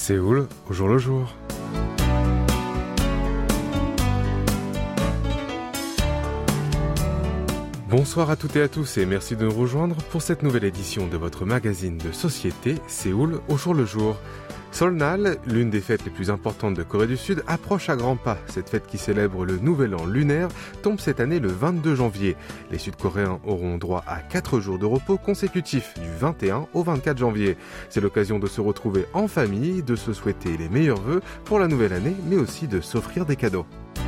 Séoul, au jour le jour. Bonsoir à toutes et à tous et merci de nous rejoindre pour cette nouvelle édition de votre magazine de société Séoul, au jour le jour. Seolnal, l'une des fêtes les plus importantes de Corée du Sud, approche à grands pas. Cette fête qui célèbre le Nouvel An lunaire tombe cette année le 22 janvier. Les Sud-Coréens auront droit à 4 jours de repos consécutifs, du 21 au 24 janvier. C'est l'occasion de se retrouver en famille, de se souhaiter les meilleurs vœux pour la nouvelle année, mais aussi de s'offrir des cadeaux.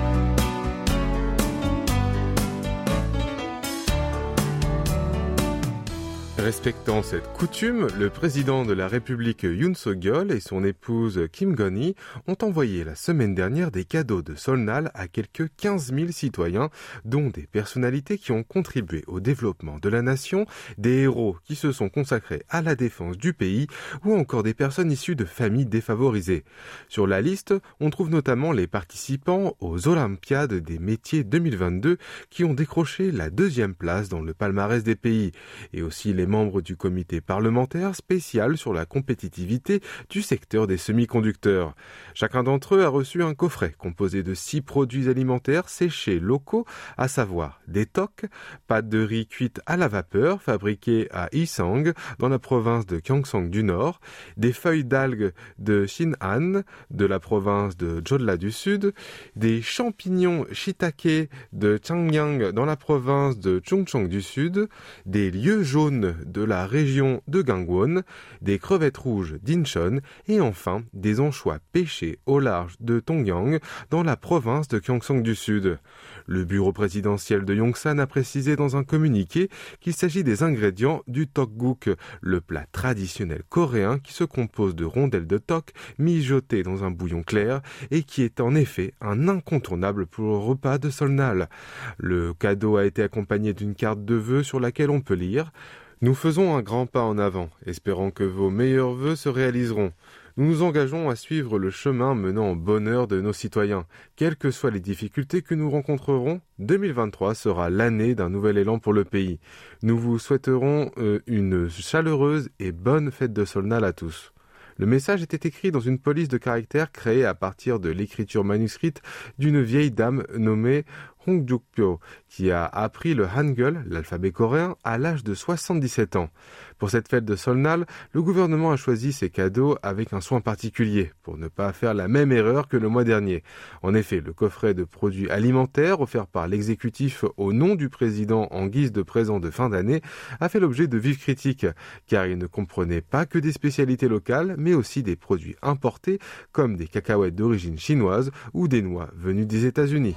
Respectant cette coutume, le président de la République Yoon Suk-yeol et son épouse Kim Gon-hee ont envoyé la semaine dernière des cadeaux de Seolnal à quelques 15 000 citoyens, dont des personnalités qui ont contribué au développement de la nation, des héros qui se sont consacrés à la défense du pays ou encore des personnes issues de familles défavorisées. Sur la liste, on trouve notamment les participants aux Olympiades des métiers 2022 qui ont décroché la 2e place dans le palmarès des pays, et aussi les membres du comité parlementaire spécial sur la compétitivité du secteur des semi-conducteurs. Chacun d'entre eux a reçu un coffret composé de 6 produits alimentaires séchés locaux, à savoir des tocs, pâtes de riz cuites à la vapeur fabriquées à Ilsang dans la province de Gyeongsang du Nord, des feuilles d'algues de Shinhan de la province de Jeolla du Sud, des champignons shiitake de Changyang dans la province de Chungcheong du Sud, des lieux jaunes de la région de Gangwon, des crevettes rouges d'Incheon et enfin des anchois pêchés au large de Tongyang dans la province de Gyeongsang du Sud. Le bureau présidentiel de Yongsan a précisé dans un communiqué qu'il s'agit des ingrédients du tteokguk, le plat traditionnel coréen qui se compose de rondelles de tteok mijotées dans un bouillon clair et qui est en effet un incontournable pour le repas de Seolnal. Le cadeau a été accompagné d'une carte de vœux sur laquelle on peut lire « Nous faisons un grand pas en avant, espérant que vos meilleurs vœux se réaliseront. Nous nous engageons à suivre le chemin menant au bonheur de nos citoyens. Quelles que soient les difficultés que nous rencontrerons, 2023 sera l'année d'un nouvel élan pour le pays. Nous vous souhaiterons une chaleureuse et bonne fête de Seolnal à tous. » Le message était écrit dans une police de caractères créée à partir de l'écriture manuscrite d'une vieille dame nommée Hong Juk-pyo, qui a appris le Hangul, l'alphabet coréen, à l'âge de 77 ans. Pour cette fête de Seolnal, le gouvernement a choisi ses cadeaux avec un soin particulier, pour ne pas faire la même erreur que le mois dernier. En effet, le coffret de produits alimentaires offert par l'exécutif au nom du président en guise de présent de fin d'année a fait l'objet de vives critiques, car il ne comprenait pas que des spécialités locales, mais aussi des produits importés, comme des cacahuètes d'origine chinoise ou des noix venues des États-Unis.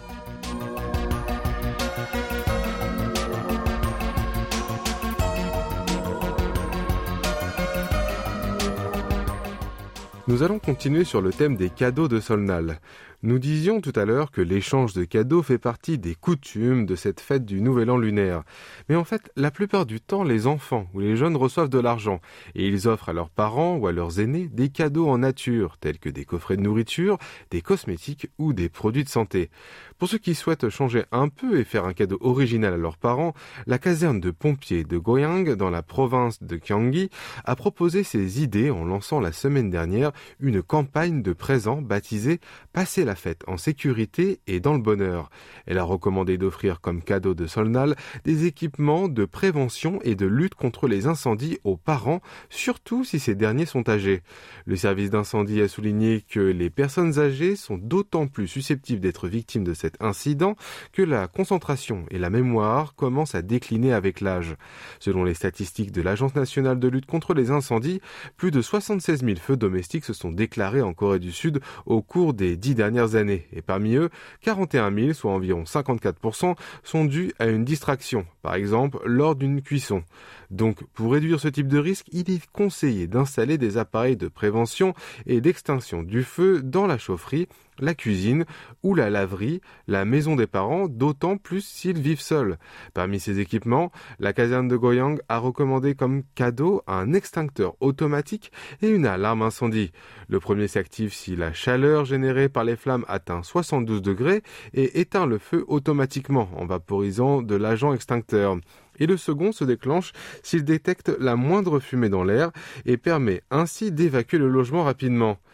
Nous allons continuer sur le thème des cadeaux de Seolnal. Nous disions tout à l'heure que l'échange de cadeaux fait partie des coutumes de cette fête du Nouvel An lunaire. Mais en fait, la plupart du temps, les enfants ou les jeunes reçoivent de l'argent et ils offrent à leurs parents ou à leurs aînés des cadeaux en nature, tels que des coffrets de nourriture, des cosmétiques ou des produits de santé. Pour ceux qui souhaitent changer un peu et faire un cadeau original à leurs parents, la caserne de pompiers de Goyang, dans la province de Gyeonggi, a proposé ses idées en lançant la semaine dernière une campagne de présents baptisée « Passer la fête en sécurité et dans le bonheur ». Elle a recommandé d'offrir comme cadeau de Seolnal des équipements de prévention et de lutte contre les incendies aux parents, surtout si ces derniers sont âgés. Le service d'incendie a souligné que les personnes âgées sont d'autant plus susceptibles d'être victimes de cet incident que la concentration et la mémoire commencent à décliner avec l'âge. Selon les statistiques de l'Agence nationale de lutte contre les incendies, plus de 76 000 feux domestiques se sont déclarés en Corée du Sud au cours des 10 dernières années. Et parmi eux, 41 000, soit environ 54%, sont dus à une distraction, par exemple lors d'une cuisson. Donc, pour réduire ce type de risque, il est conseillé d'installer des appareils de prévention et d'extinction du feu dans la chaufferie, la cuisine ou la laverie, la maison des parents, d'autant plus s'ils vivent seuls. Parmi ces équipements, la caserne de Goyang a recommandé comme cadeau un extincteur automatique et une alarme incendie. Le premier s'active si la chaleur générée par les flammes atteint 72 degrés et éteint le feu automatiquement en vaporisant de l'agent extincteur. Et le second se déclenche s'il détecte la moindre fumée dans l'air et permet ainsi d'évacuer le logement rapidement.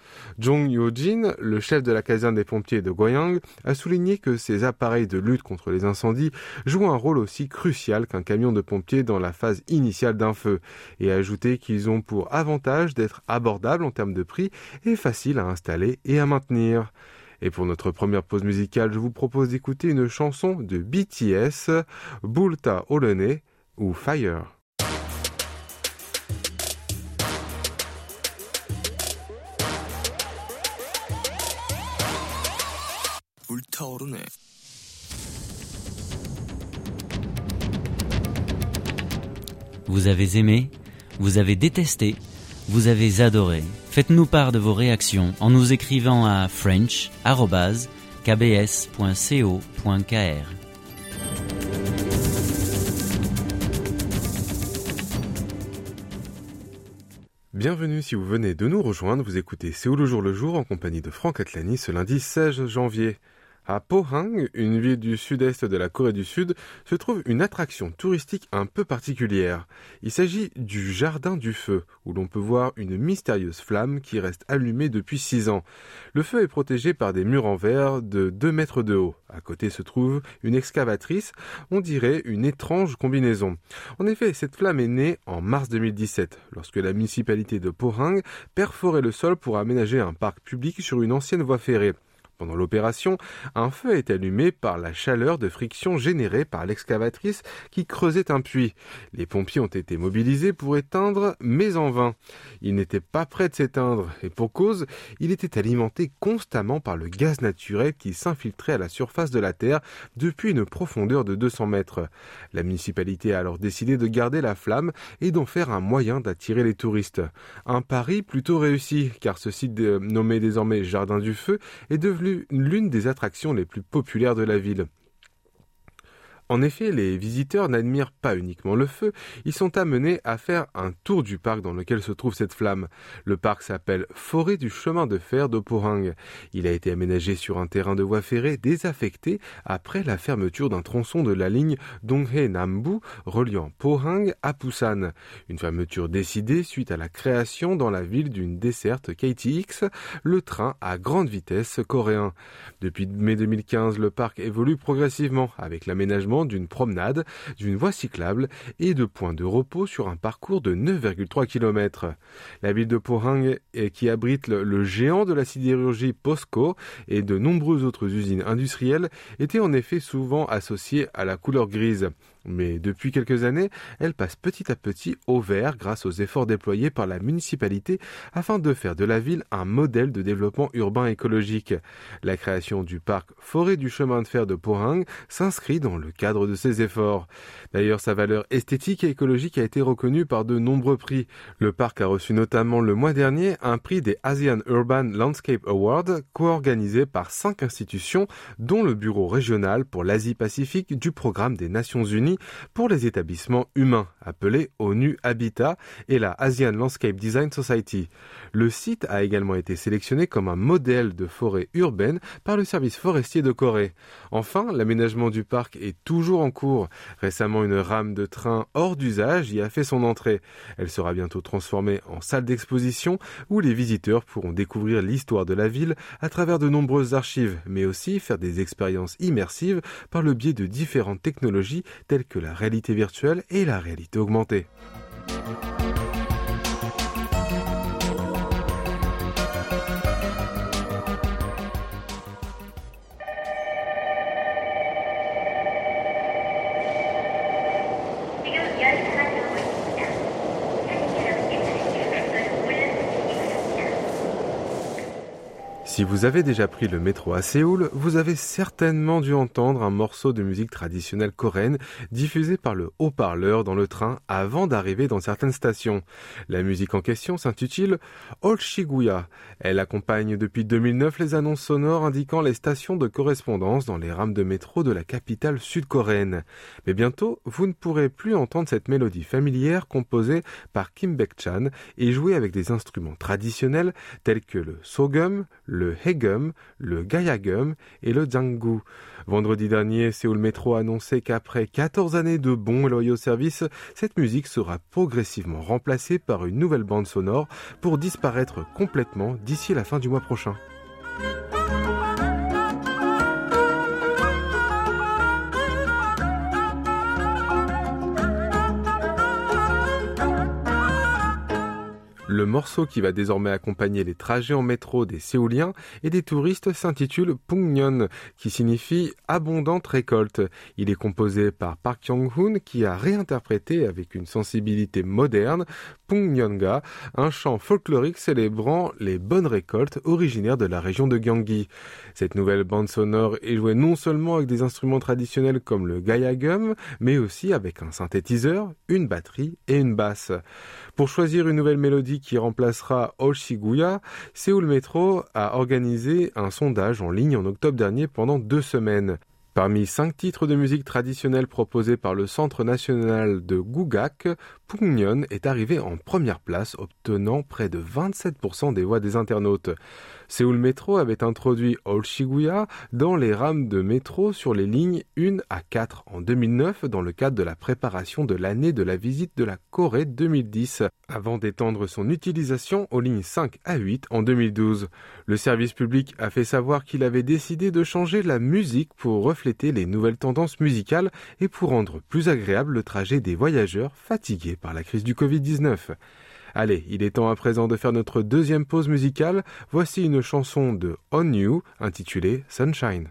Jong Yo-jin, le chef de la caserne des pompiers de Goyang, a souligné que ces appareils de lutte contre les incendies jouent un rôle aussi crucial qu'un camion de pompiers dans la phase initiale d'un feu, et a ajouté qu'ils ont pour avantage d'être abordables en termes de prix et faciles à installer et à maintenir. Et pour notre première pause musicale, je vous propose d'écouter une chanson de BTS, Bulta Olene ou Fire. Vous avez aimé, vous avez détesté, vous avez adoré. Faites-nous part de vos réactions en nous écrivant à french@kbs.co.kr. Bienvenue si vous venez de nous rejoindre, vous écoutez Séoul le jour en compagnie de Franck Atlani ce lundi 16 janvier. À Pohang, une ville du sud-est de la Corée du Sud, se trouve une attraction touristique un peu particulière. Il s'agit du Jardin du Feu, où l'on peut voir une mystérieuse flamme qui reste allumée depuis 6 ans. Le feu est protégé par des murs en verre de 2 mètres de haut. À côté se trouve une excavatrice, on dirait une étrange combinaison. En effet, cette flamme est née en mars 2017, lorsque la municipalité de Pohang perforait le sol pour aménager un parc public sur une ancienne voie ferrée. Pendant l'opération, un feu est allumé par la chaleur de friction générée par l'excavatrice qui creusait un puits. Les pompiers ont été mobilisés pour éteindre, mais en vain. Il n'était pas prêt de s'éteindre, et pour cause, il était alimenté constamment par le gaz naturel qui s'infiltrait à la surface de la Terre depuis une profondeur de 200 mètres. La municipalité a alors décidé de garder la flamme et d'en faire un moyen d'attirer les touristes. Un pari plutôt réussi, car ce site nommé désormais Jardin du Feu est devenu l'une des attractions les plus populaires de la ville. En effet, les visiteurs n'admirent pas uniquement le feu, ils sont amenés à faire un tour du parc dans lequel se trouve cette flamme. Le parc s'appelle Forêt du chemin de fer de Pohang. Il a été aménagé sur un terrain de voie ferrée désaffecté après la fermeture d'un tronçon de la ligne Donghae-Nambu reliant Pohang à Busan. Une fermeture décidée suite à la création dans la ville d'une desserte KTX, le train à grande vitesse coréen. Depuis mai 2015, le parc évolue progressivement avec l'aménagement d'une promenade, d'une voie cyclable et de points de repos sur un parcours de 9,3 km. La ville de Pohang, qui abrite le géant de la sidérurgie POSCO et de nombreuses autres usines industrielles, était en effet souvent associée à la couleur grise. Mais depuis quelques années, elle passe petit à petit au vert grâce aux efforts déployés par la municipalité afin de faire de la ville un modèle de développement urbain écologique. La création du parc Forêt du chemin de fer de Pohang s'inscrit dans le cadre de ces efforts. D'ailleurs, sa valeur esthétique et écologique a été reconnue par de nombreux prix. Le parc a reçu notamment le mois dernier un prix des Asian Urban Landscape Awards, co-organisé par 5 institutions, dont le Bureau régional pour l'Asie-Pacifique du Programme des Nations Unies pour les établissements humains, appelé ONU Habitat, et la Asian Landscape Design Society. Le site a également été sélectionné comme un modèle de forêt urbaine par le service forestier de Corée. Enfin, l'aménagement du parc est toujours en cours. Récemment, une rame de train hors d'usage y a fait son entrée. Elle sera bientôt transformée en salle d'exposition où les visiteurs pourront découvrir l'histoire de la ville à travers de nombreuses archives, mais aussi faire des expériences immersives par le biais de différentes technologies telles que la réalité virtuelle et la réalité augmentée. Si vous avez déjà pris le métro à Séoul, vous avez certainement dû entendre un morceau de musique traditionnelle coréenne diffusé par le haut-parleur dans le train avant d'arriver dans certaines stations. La musique en question s'intitule Olshiguya. Elle accompagne depuis 2009 les annonces sonores indiquant les stations de correspondance dans les rames de métro de la capitale sud-coréenne. Mais bientôt, vous ne pourrez plus entendre cette mélodie familière composée par Kim Baek-chan et jouée avec des instruments traditionnels tels que le sogum, le le Haegeum, le Gayagum et le Janggu. Vendredi dernier, Séoul Metro a annoncé qu'après 14 années de bons et loyaux services, cette musique sera progressivement remplacée par une nouvelle bande sonore pour disparaître complètement d'ici la fin du mois prochain. Le morceau qui va désormais accompagner les trajets en métro des Séouliens et des touristes s'intitule Pungnyeon, qui signifie abondante récolte. Il est composé par Park Kyung-hoon qui a réinterprété avec une sensibilité moderne Pungnyeonga, un chant folklorique célébrant les bonnes récoltes originaires de la région de Gyeonggi. Cette nouvelle bande sonore est jouée non seulement avec des instruments traditionnels comme le gayagum, mais aussi avec un synthétiseur, une batterie et une basse. Pour choisir une nouvelle mélodie qui remplacera Olshiguya, Séoul Metro a organisé un sondage en ligne en octobre dernier pendant 2 semaines. Parmi 5 titres de musique traditionnelle proposés par le Centre national de Gugak, Pungnyeon est arrivé en première place, obtenant près de 27% des voix des internautes. Séoul Metro avait introduit Olshiguya dans les rames de métro sur les lignes 1 à 4 en 2009 dans le cadre de la préparation de l'année de la visite de la Corée 2010, avant d'étendre son utilisation aux lignes 5 à 8 en 2012. Le service public a fait savoir qu'il avait décidé de changer la musique pour refléter les nouvelles tendances musicales et pour rendre plus agréable le trajet des voyageurs fatigués par la crise du Covid-19. Allez, il est temps à présent de faire notre deuxième pause musicale. Voici une chanson de On You intitulée Sunshine.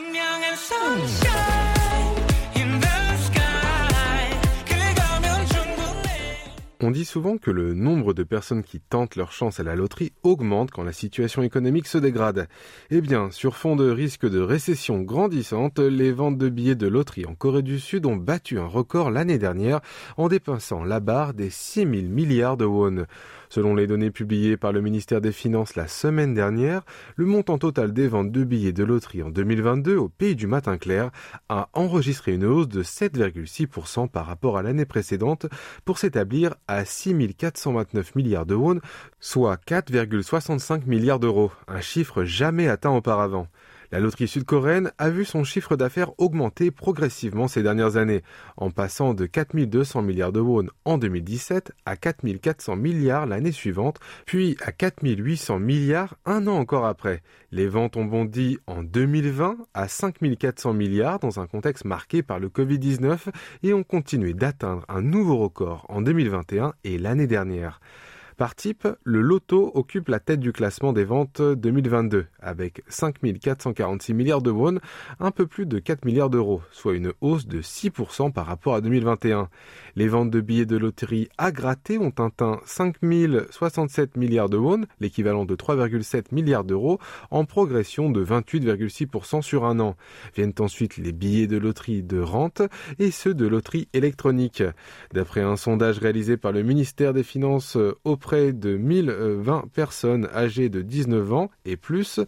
On dit souvent que le nombre de personnes qui tentent leur chance à la loterie augmente quand la situation économique se dégrade. Eh bien, sur fond de risque de récession grandissante, les ventes de billets de loterie en Corée du Sud ont battu un record l'année dernière en dépassant la barre des 6 000 milliards de won. Selon les données publiées par le ministère des Finances la semaine dernière, le montant total des ventes de billets de loterie en 2022 au pays du matin clair a enregistré une hausse de 7,6% par rapport à l'année précédente pour s'établir à 6 429 milliards de won, soit 4,65 milliards d'euros, un chiffre jamais atteint auparavant. La loterie sud-coréenne a vu son chiffre d'affaires augmenter progressivement ces dernières années, en passant de 4 200 milliards de won en 2017 à 4 400 milliards l'année suivante, puis à 4 800 milliards un an encore après. Les ventes ont bondi en 2020 à 5 400 milliards dans un contexte marqué par le Covid-19 et ont continué d'atteindre un nouveau record en 2021 et l'année dernière. Par type, le loto occupe la tête du classement des ventes 2022, avec 5 446 milliards de won, un peu plus de 4 milliards d'euros, soit une hausse de 6% par rapport à 2021. Les ventes de billets de loterie à gratter ont atteint 5 067 milliards de won, l'équivalent de 3,7 milliards d'euros, en progression de 28,6% sur un an. Viennent ensuite les billets de loterie de rente et ceux de loterie électronique. D'après un sondage réalisé par le ministère des Finances auprès de 1020 personnes âgées de 19 ans et plus,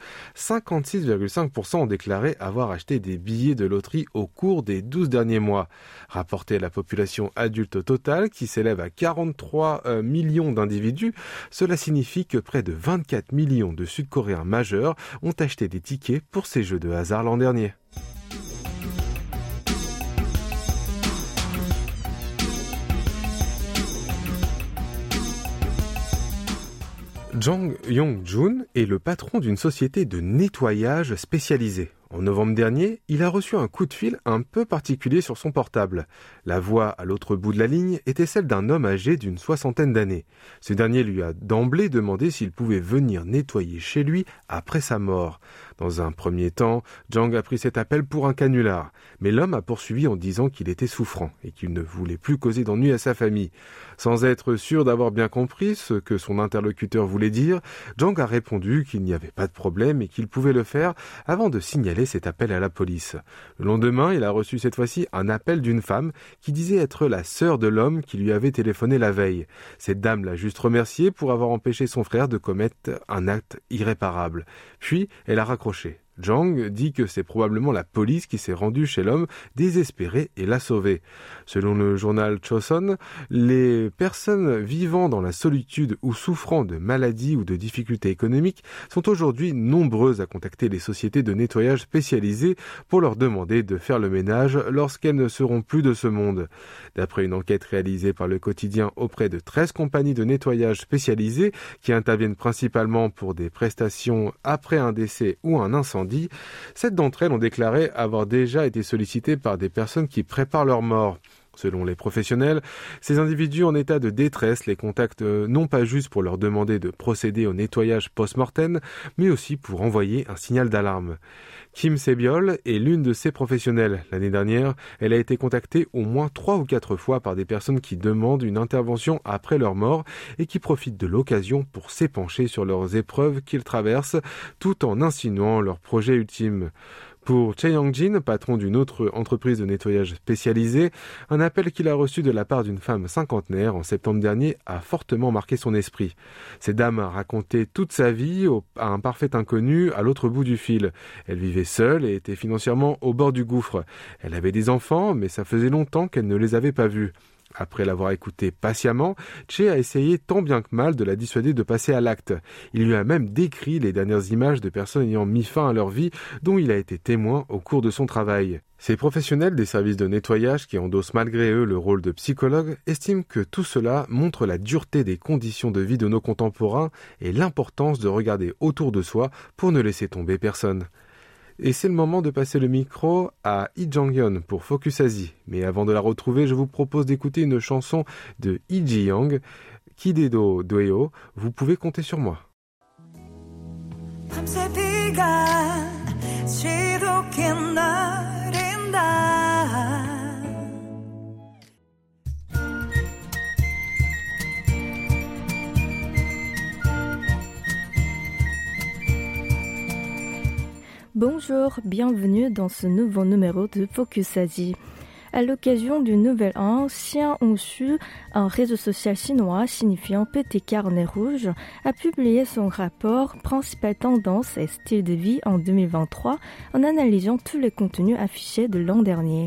56,5% ont déclaré avoir acheté des billets de loterie au cours des 12 derniers mois. Rapporté à la population adulte totale, qui s'élève à 43 millions d'individus, cela signifie que près de 24 millions de Sud-Coréens majeurs ont acheté des tickets pour ces jeux de hasard l'an dernier. Jang Yong-jun est le patron d'une société de nettoyage spécialisée. En novembre dernier, il a reçu un coup de fil un peu particulier sur son portable. La voix à l'autre bout de la ligne était celle d'un homme âgé d'une 60aine d'années. Ce dernier lui a d'emblée demandé s'il pouvait venir nettoyer chez lui après sa mort. Dans un premier temps, Jang a pris cet appel pour un canular, mais l'homme a poursuivi en disant qu'il était souffrant et qu'il ne voulait plus causer d'ennui à sa famille. Sans être sûr d'avoir bien compris ce que son interlocuteur voulait dire, Jang a répondu qu'il n'y avait pas de problème et qu'il pouvait le faire avant de signaler cet appel à la police. Le lendemain, il a reçu cette fois-ci un appel d'une femme qui disait être la sœur de l'homme qui lui avait téléphoné la veille. Cette dame l'a juste remercié pour avoir empêché son frère de commettre un acte irréparable. Puis, elle a raccroché. Jang dit que c'est probablement la police qui s'est rendue chez l'homme désespéré et l'a sauvé. Selon le journal Chosun, les personnes vivant dans la solitude ou souffrant de maladies ou de difficultés économiques sont aujourd'hui nombreuses à contacter les sociétés de nettoyage spécialisées pour leur demander de faire le ménage lorsqu'elles ne seront plus de ce monde. D'après une enquête réalisée par le quotidien auprès de 13 compagnies de nettoyage spécialisées qui interviennent principalement pour des prestations après un décès ou un incendie, 7 d'entre elles ont déclaré avoir déjà été sollicitées par des personnes qui préparent leur mort. Selon les professionnels, ces individus en état de détresse les contactent non pas juste pour leur demander de procéder au nettoyage post-mortem, mais aussi pour envoyer un signal d'alarme. Kim Sebiol est l'une de ces professionnels. L'année dernière, elle a été contactée au moins 3 ou 4 fois par des personnes qui demandent une intervention après leur mort et qui profitent de l'occasion pour s'épancher sur leurs épreuves qu'ils traversent, tout en insinuant leur projet ultime. Pour Choi Young-jin, patron d'une autre entreprise de nettoyage spécialisée, un appel qu'il a reçu de la part d'une femme cinquantenaire en septembre dernier a fortement marqué son esprit. Cette dame a raconté toute sa vie à un parfait inconnu à l'autre bout du fil. Elle vivait seule et était financièrement au bord du gouffre. Elle avait des enfants, mais ça faisait longtemps qu'elle ne les avait pas vus. Après l'avoir écouté patiemment, Che a essayé tant bien que mal de la dissuader de passer à l'acte. Il lui a même décrit les dernières images de personnes ayant mis fin à leur vie dont il a été témoin au cours de son travail. Ces professionnels des services de nettoyage qui endossent malgré eux le rôle de psychologue estiment que tout cela montre la dureté des conditions de vie de nos contemporains et l'importance de regarder autour de soi pour ne laisser tomber personne. Et c'est le moment de passer le micro à Lee Jang-hyun pour Focus Asie. Mais avant de la retrouver, je vous propose d'écouter une chanson de Lee Ji-young, Kidedo Doeo, Vous pouvez compter sur moi. Bonjour, bienvenue dans ce nouveau numéro de Focus Asie. À l'occasion du Nouvel An, Xianhongxu, un réseau social chinois signifiant petit carnet rouge, a publié son rapport Principales tendances et styles de vie en 2023 en analysant tous les contenus affichés de l'an dernier.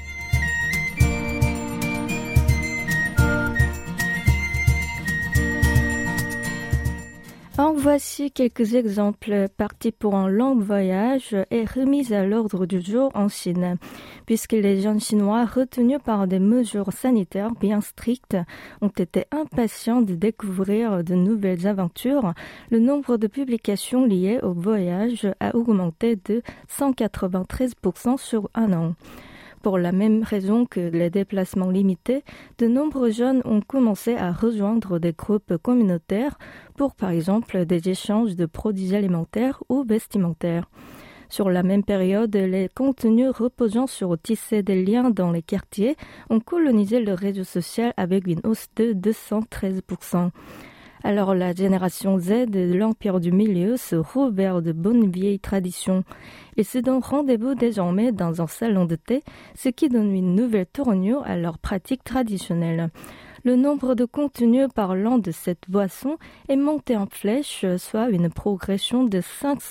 En voici quelques exemples. Partis pour un long voyage et remis à l'ordre du jour en Chine. Puisque les jeunes Chinois retenus par des mesures sanitaires bien strictes ont été impatients de découvrir de nouvelles aventures, le nombre de publications liées au voyage a augmenté de 193% sur un an. Pour la même raison que les déplacements limités, de nombreux jeunes ont commencé à rejoindre des groupes communautaires pour, par exemple, des échanges de produits alimentaires ou vestimentaires. Sur la même période, les contenus reposant sur tisser des liens dans les quartiers ont colonisé le réseau social avec une hausse de 213%. Alors la génération Z de l'Empire du Milieu se roule vers de bonnes vieilles traditions. Ils se donnent rendez-vous désormais dans un salon de thé, ce qui donne une nouvelle tournure à leurs pratiques traditionnelles. Le nombre de contenus parlant de cette boisson est monté en flèche, soit une progression de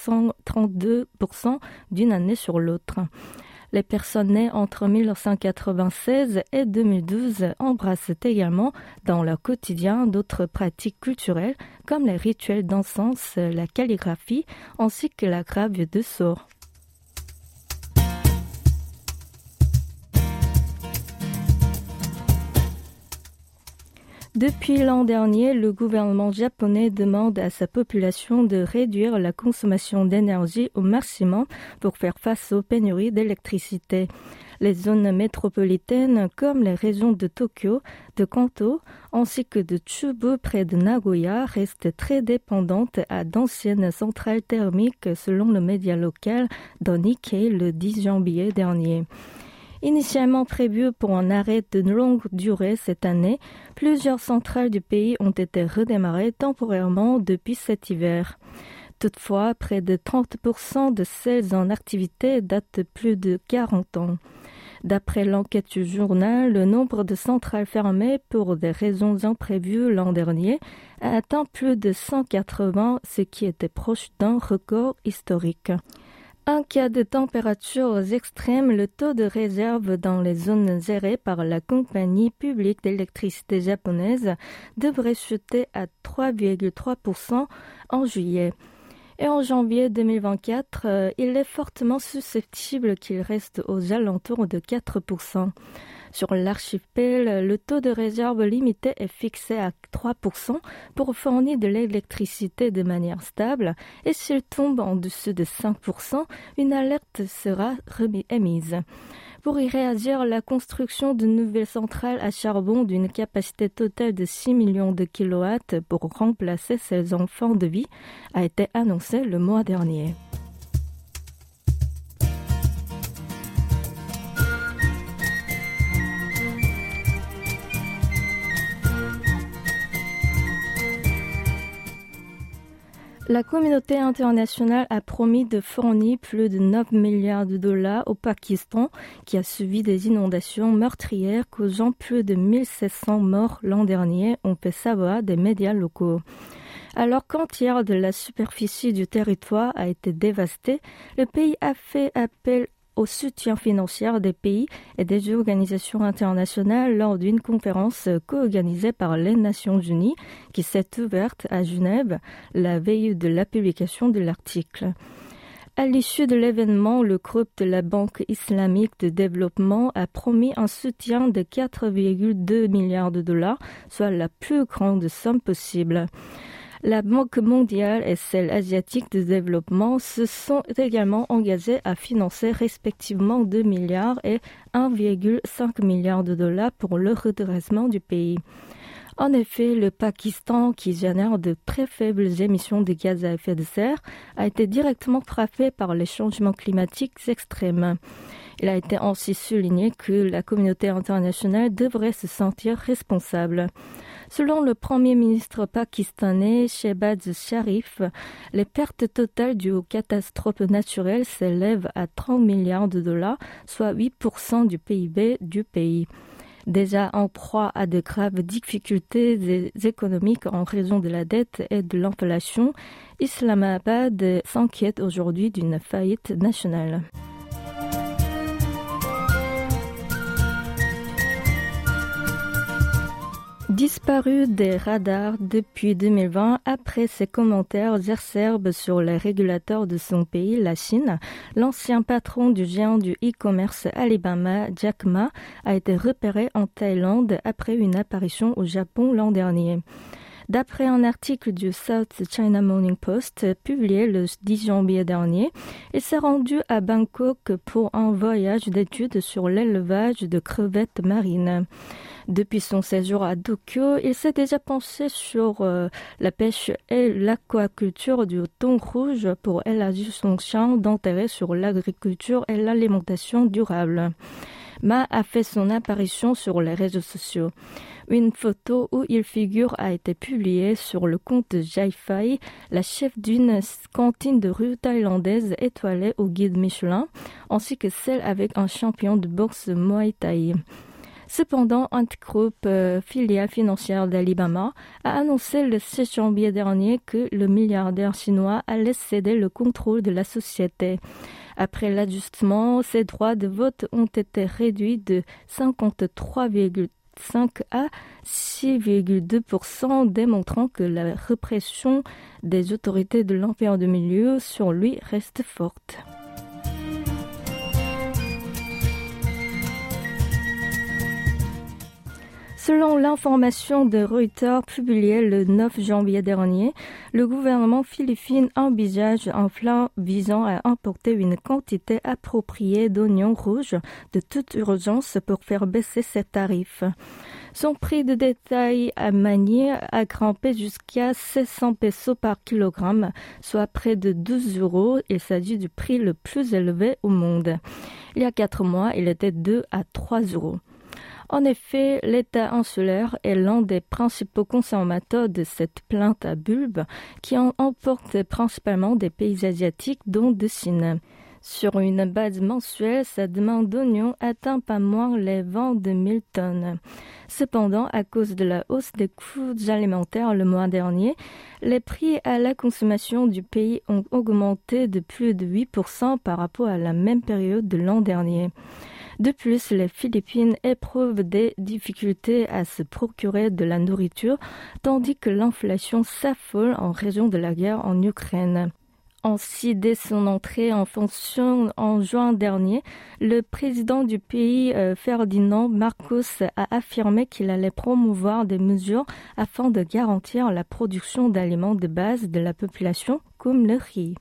532% d'une année sur l'autre. Les personnes nées entre 1996 et 2012 embrassent également dans leur quotidien d'autres pratiques culturelles comme les rituels d'encens, la calligraphie ainsi que la gravure de sceaux. Depuis l'an dernier, le gouvernement japonais demande à sa population de réduire la consommation d'énergie au maximum pour faire face aux pénuries d'électricité. Les zones métropolitaines comme les régions de Tokyo, de Kanto ainsi que de Chubu près de Nagoya restent très dépendantes à d'anciennes centrales thermiques selon le média local dans Nikkei le 10 janvier dernier. Initialement prévu pour un arrêt de longue durée cette année, plusieurs centrales du pays ont été redémarrées temporairement depuis cet hiver. Toutefois, près de 30% de celles en activité datent de plus de 40 ans. D'après l'enquête du journal, le nombre de centrales fermées pour des raisons imprévues l'an dernier a atteint plus de 180, ce qui était proche d'un record historique. En cas de températures extrêmes, le taux de réserve dans les zones gérées par la compagnie publique d'électricité japonaise devrait chuter à 3,3% en juillet. Et en janvier 2024, il est fortement susceptible qu'il reste aux alentours de 4%. Sur l'archipel, le taux de réserve limité est fixé à 3% pour fournir de l'électricité de manière stable et s'il tombe en dessous de 5%, une alerte sera émise. Pour y réagir, la construction de nouvelles centrales à charbon d'une capacité totale de 6 millions de kilowatts pour remplacer ces enfants de vie a été annoncée le mois dernier. La communauté internationale a promis de fournir plus de 9 milliards de dollars au Pakistan, qui a subi des inondations meurtrières causant plus de 1700 morts l'an dernier, ont fait savoir des médias locaux. Alors qu'un tiers de la superficie du territoire a été dévastée, le pays a fait appel au soutien financier des pays et des organisations internationales lors d'une conférence co-organisée par les Nations Unies qui s'est ouverte à Genève la veille de la publication de l'article. À l'issue de l'événement, le groupe de la Banque islamique de développement a promis un soutien de 4,2 milliards de dollars, soit la plus grande somme possible. La Banque mondiale et celle asiatique de développement se sont également engagées à financer respectivement 2 milliards et 1,5 milliard de dollars pour le redressement du pays. En effet, le Pakistan, qui génère de très faibles émissions de gaz à effet de serre, a été directement frappé par les changements climatiques extrêmes. Il a été ainsi souligné que la communauté internationale devrait se sentir responsable. Selon le premier ministre pakistanais Shehbaz Sharif, les pertes totales dues aux catastrophes naturelles s'élèvent à 30 milliards de dollars, soit 8% du PIB du pays. Déjà en proie à de graves difficultés économiques en raison de la dette et de l'inflation, Islamabad s'inquiète aujourd'hui d'une faillite nationale. Disparu des radars depuis 2020 après ses commentaires acerbes sur les régulateurs de son pays, la Chine, l'ancien patron du géant du e-commerce Alibaba, Jack Ma, a été repéré en Thaïlande après une apparition au Japon l'an dernier. D'après un article du South China Morning Post publié le 10 janvier dernier, il s'est rendu à Bangkok pour un voyage d'études sur l'élevage de crevettes marines. Depuis son séjour à Tokyo, il s'est déjà penché sur la pêche et l'aquaculture du thon rouge pour élargir son champ d'intérêt sur l'agriculture et l'alimentation durable. Ma a fait son apparition sur les réseaux sociaux. Une photo où il figure a été publiée sur le compte de Jai Fai, la chef d'une cantine de rue thaïlandaise étoilée au guide Michelin, ainsi que celle avec un champion de boxe Muay Thai. Cependant, un groupe filiale financière d'Alibaba a annoncé le 6 janvier dernier que le milliardaire chinois allait céder le contrôle de la société. Après l'ajustement, ses droits de vote ont été réduits de 53,5 à 6,2%, démontrant que la répression des autorités de l'Empire du Milieu sur lui reste forte. Selon l'information de Reuters publiée le 9 janvier dernier, le gouvernement philippin envisage un plan visant à importer une quantité appropriée d'oignons rouges de toute urgence pour faire baisser ses tarifs. Son prix de détail à manier a grimpé jusqu'à 600 pesos par kilogramme, soit près de 12 €. Il s'agit du prix le plus élevé au monde. Il y a 4 mois, il était 2 à 3 €. En effet, l'État insulaire est l'un des principaux consommateurs de cette plante à bulbes qui en emporte principalement des pays asiatiques dont de Chine. Sur une base mensuelle, sa demande d'oignons atteint pas moins les 22 000 tonnes. Cependant, à cause de la hausse des coûts alimentaires le mois dernier, les prix à la consommation du pays ont augmenté de plus de 8% par rapport à la même période de l'an dernier. De plus, les Philippines éprouvent des difficultés à se procurer de la nourriture, tandis que l'inflation s'affole en raison de la guerre en Ukraine. Ainsi, dès son entrée en fonction en juin dernier, le président du pays, Ferdinand Marcos, a affirmé qu'il allait promouvoir des mesures afin de garantir la production d'aliments de base de la population, comme le riz.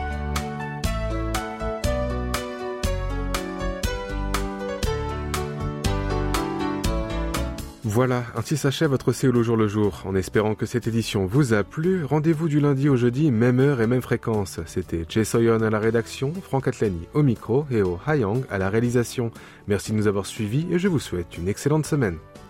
Voilà, ainsi s'achève votre Séoul au jour le jour. En espérant que cette édition vous a plu, rendez-vous du lundi au jeudi, même heure et même fréquence. C'était Jae Soyeon à la rédaction, Franck Atlani au micro et Oh Ha-young à la réalisation. Merci de nous avoir suivis et je vous souhaite une excellente semaine.